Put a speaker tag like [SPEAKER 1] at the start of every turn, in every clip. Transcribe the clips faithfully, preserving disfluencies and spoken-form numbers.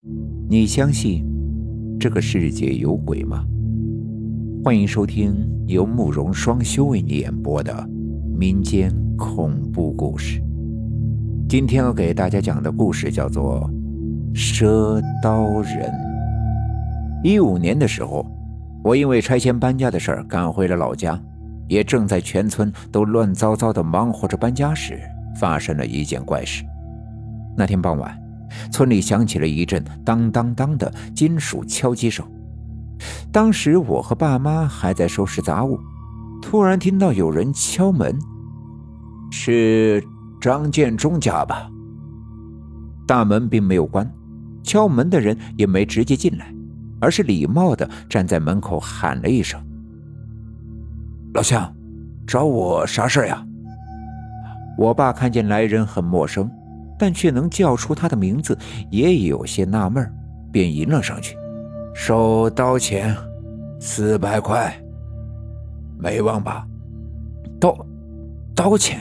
[SPEAKER 1] 你相信这个世界有鬼吗？欢迎收听由慕容双修为你演播的民间恐怖故事。今天要给大家讲的故事叫做赊刀人。一五年的时候，我因为拆迁搬家的事儿赶回了老家，也正在全村都乱糟糟的忙活着搬家时，发生了一件怪事。那天傍晚，村里响起了一阵当当当的金属敲击声。当时我和爸妈还在收拾杂物，突然听到有人敲门。是张建中家吧？大门并没有关，敲门的人也没直接进来，而是礼貌地站在门口喊了一声：老乡，找我啥事呀？我爸看见来人很陌生，但却能叫出他的名字，也有些纳闷，便迎了上去。收刀钱四百块，没忘吧？刀刀钱？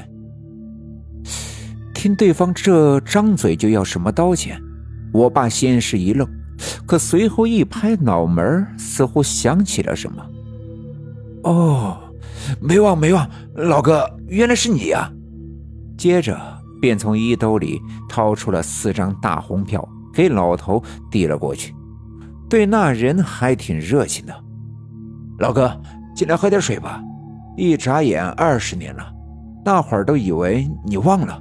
[SPEAKER 1] 听对方这张嘴就要什么刀钱，我爸先是一愣，可随后一拍脑门，似乎想起了什么。哦，没忘没忘，老哥，原来是你呀！接着便从衣兜里掏出了四张大红票，给老头递了过去，对那人还挺热情的。老哥，进来喝点水吧，一眨眼二十年了，大伙儿都以为你忘了。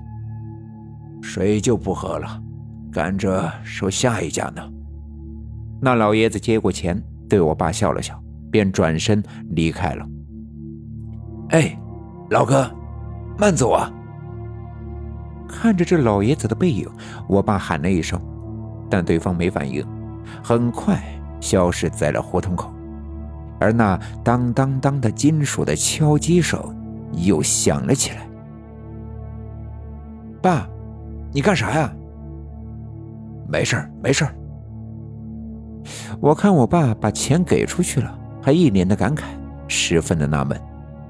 [SPEAKER 1] 水就不喝了，赶着收下一家呢。那老爷子接过钱，对我爸笑了笑，便转身离开了。哎，老哥，慢走啊！看着这老爷子的背影，我爸喊了一声，但对方没反应，很快消失在了胡同口。而那当当当的金属的敲击声又响了起来。爸，你干啥呀？没事没事。我看我爸把钱给出去了，还一脸的感慨，十分的纳闷。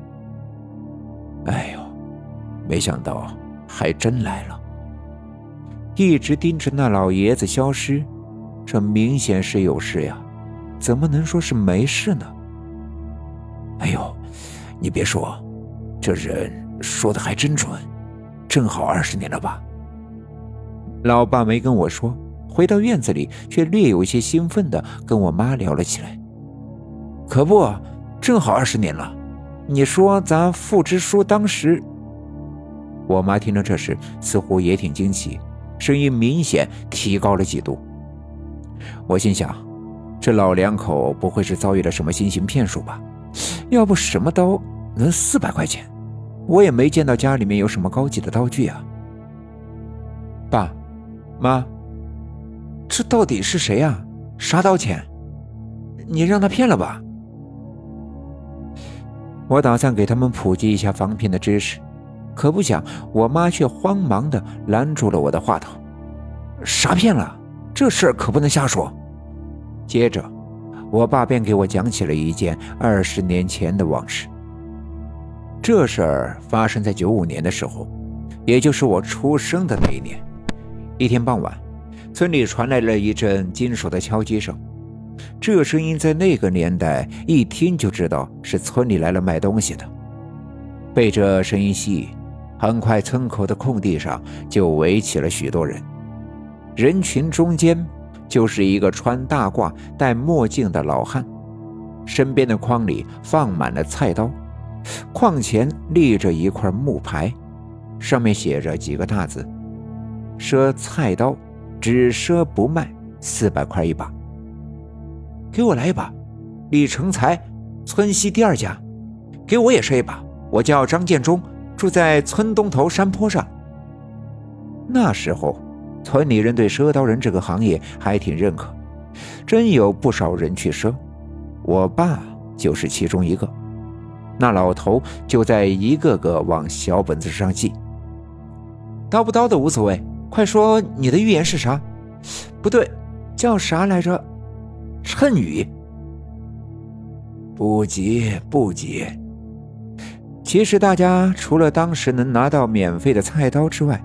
[SPEAKER 1] 哎呦，没想到还真来了。一直盯着那老爷子消失，这明显是有事呀，怎么能说是没事呢？哎呦，你别说，这人说的还真准，正好二十年了吧？老爸没跟我说，回到院子里却略有些兴奋地跟我妈聊了起来。可不，正好二十年了。你说咱付支书当时……我妈听了这事，似乎也挺惊奇，声音明显提高了几度。我心想，这老两口不会是遭遇了什么新型骗术吧？要不什么刀能四百块钱？我也没见到家里面有什么高级的刀具啊。爸妈，这到底是谁啊？啥刀钱？你让他骗了吧？我打算给他们普及一下防骗的知识，可不想我妈却慌忙地拦住了我的话头。啥骗了？这事儿可不能瞎说。接着我爸便给我讲起了一件二十年前的往事。这事儿发生在九五年的时候，也就是我出生的那一年。一天傍晚，村里传来了一阵金属的敲击声，这声音在那个年代一听就知道是村里来了卖东西的。被这声音吸引，很快村口的空地上就围起了许多人，人群中间就是一个穿大褂戴墨镜的老汉，身边的筐里放满了菜刀，筐前立着一块木牌，上面写着几个大字：赊菜刀，只赊不卖，四百块一把。给我来一把，李成才，村西第二家。给我也赊一把，我叫张建中，住在村东头山坡上。那时候村里人对赊刀人这个行业还挺认可，真有不少人去赊，我爸就是其中一个。那老头就在一个个往小本子上记。刀不刀的无所谓，快说你的预言是啥？不对，叫啥来着？谶语。不急不急。其实大家除了当时能拿到免费的菜刀之外，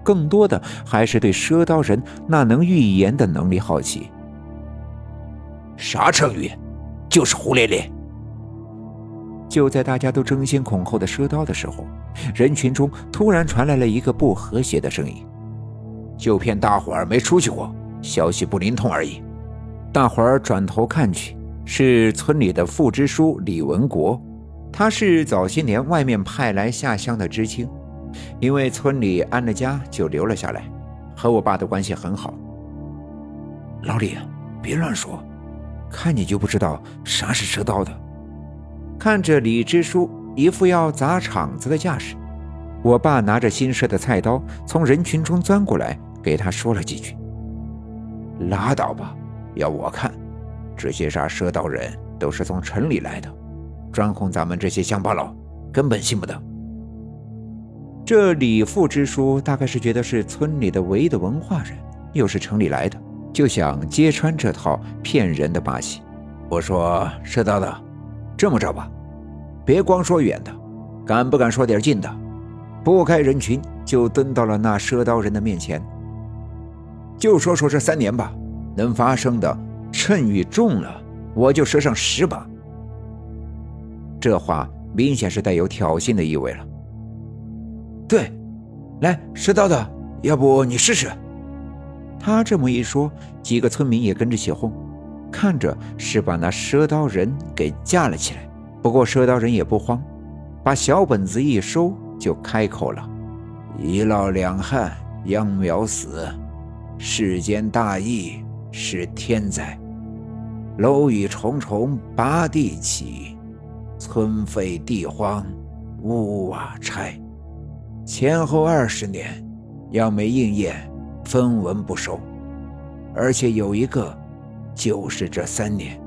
[SPEAKER 1] 更多的还是对赊刀人那能预言的能力好奇。
[SPEAKER 2] 啥成语？就是胡咧咧。
[SPEAKER 1] 就在大家都争先恐后的赊刀的时候，人群中突然传来了一个不和谐的声音：
[SPEAKER 2] 就骗大伙儿没出去过，消息不灵通而已。
[SPEAKER 1] 大伙儿转头看去，是村里的副支书李文国，他是早些年外面派来下乡的知青，因为村里安了家就留了下来，和我爸的关系很好。
[SPEAKER 2] 老李，别乱说，看你就不知道啥是赊刀的。
[SPEAKER 1] 看着李支书一副要砸场子的架势，我爸拿着新设的菜刀从人群中钻过来，给他说了几句。
[SPEAKER 2] 拉倒吧，要我看，这些啥赊刀人都是从城里来的，专哄咱们这些乡巴佬，根本信不得。
[SPEAKER 1] 这李副支书大概是觉得是村里的唯一的文化人，又是城里来的，就想揭穿这套骗人的把戏。
[SPEAKER 2] 我说赊刀的，这么着吧，别光说远的，敢不敢说点近的？
[SPEAKER 1] 拨开人群，就蹲到了那赊刀人的面前。
[SPEAKER 2] 就说说这三年吧，能发生的，趁雨中了，我就赊上十把。
[SPEAKER 1] 这话明显是带有挑衅的意味了。
[SPEAKER 2] 对，来，赊刀的，要不你试试？
[SPEAKER 1] 他这么一说，几个村民也跟着起哄，看着是把那赊刀人给架了起来。不过赊刀人也不慌，把小本子一收，就开口了：
[SPEAKER 2] 一涝两旱，秧苗死，世间大疫是天灾，楼宇重重拔地起，村废地荒屋瓦拆。前后二十年，要没应验，分文不收，而且有一个就是这三年。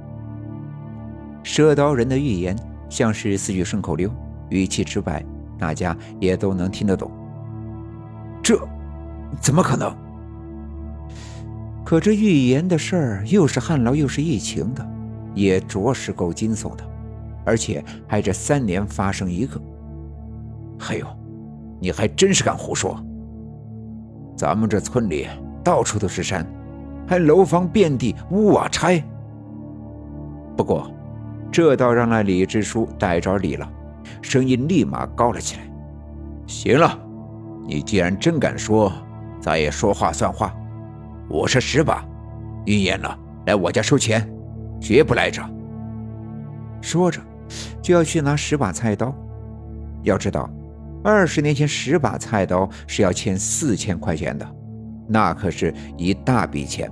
[SPEAKER 1] 赊刀人的预言像是四句顺口溜，语气直白，大家也都能听得懂。
[SPEAKER 2] 这怎么可能？
[SPEAKER 1] 可这预言的事儿又是旱涝又是疫情的，也着实够惊悚的，而且还这三年发生一个。
[SPEAKER 2] 嘿呦，你还真是敢胡说！咱们这村里到处都是山，还楼房遍地，屋瓦拆。
[SPEAKER 1] 不过这倒让那李支书逮着理了，声音立马高了起来。
[SPEAKER 2] 行了，你既然真敢说，咱也说话算话。我是十把，预言了来我家收钱，绝不赖账。
[SPEAKER 1] 说着就要去拿十把菜刀。要知道二十年前十把菜刀是要欠四千块钱的，那可是一大笔钱。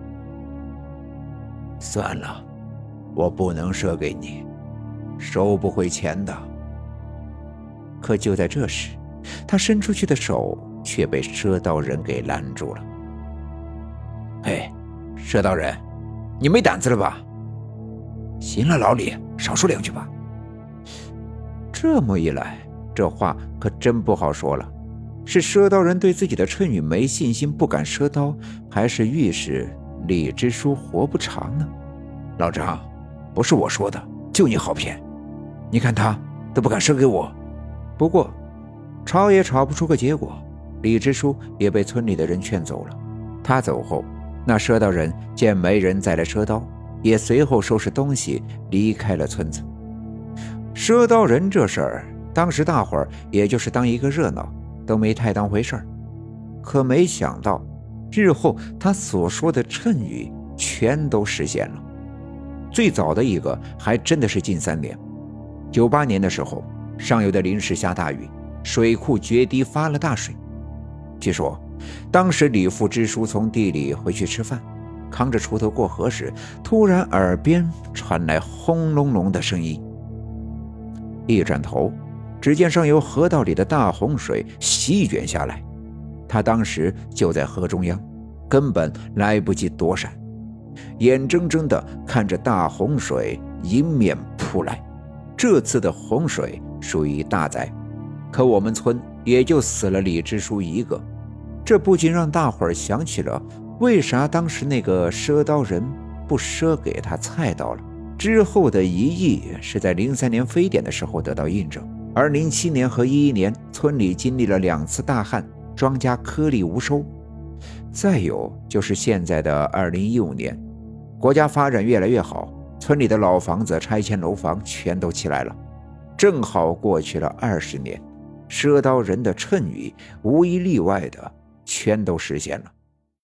[SPEAKER 2] 算了，我不能赊给你，收不回钱的。
[SPEAKER 1] 可就在这时，他伸出去的手却被赊刀人给拦住了。
[SPEAKER 2] 嘿，赊刀人，你没胆子了吧？行了，老李，少说两句吧。
[SPEAKER 1] 这么一来，这话可真不好说了。是赊刀人对自己的谶语没信心，不敢赊刀，还是预示李支书活不长呢？
[SPEAKER 2] 老张，不是我说的，就你好骗。你看他都不敢赊给我。
[SPEAKER 1] 不过吵也吵不出个结果，李支书也被村里的人劝走了。他走后，那赊刀人见没人再来赊刀，也随后收拾东西离开了村子。赊刀人这事儿，当时大伙儿也就是当一个热闹，都没太当回事儿。可没想到，日后他所说的谶语全都实现了。最早的一个还真的是近三年，九八年的时候，上游的临时下大雨，水库决堤发了大水。据说当时李副支书从地里回去吃饭，扛着锄头过河时，突然耳边传来轰隆隆的声音。一转头，只见上游河道里的大洪水席卷下来，他当时就在河中央，根本来不及躲闪，眼睁睁地看着大洪水迎面扑来。这次的洪水属于大灾，可我们村也就死了李支书一个。这不禁让大伙儿想起了为啥当时那个赊刀人不赊给他菜刀了。之后的一役是在零三年非典的时候得到印证，而零七年和一一年村里经历了两次大旱， 庄稼颗粒无收。再有就是现在的二零一五年，国家发展越来越好，村里的老房子拆迁楼房全都起来了，正好过去了二十年，赊刀人的谶语无一例外的全都实现了。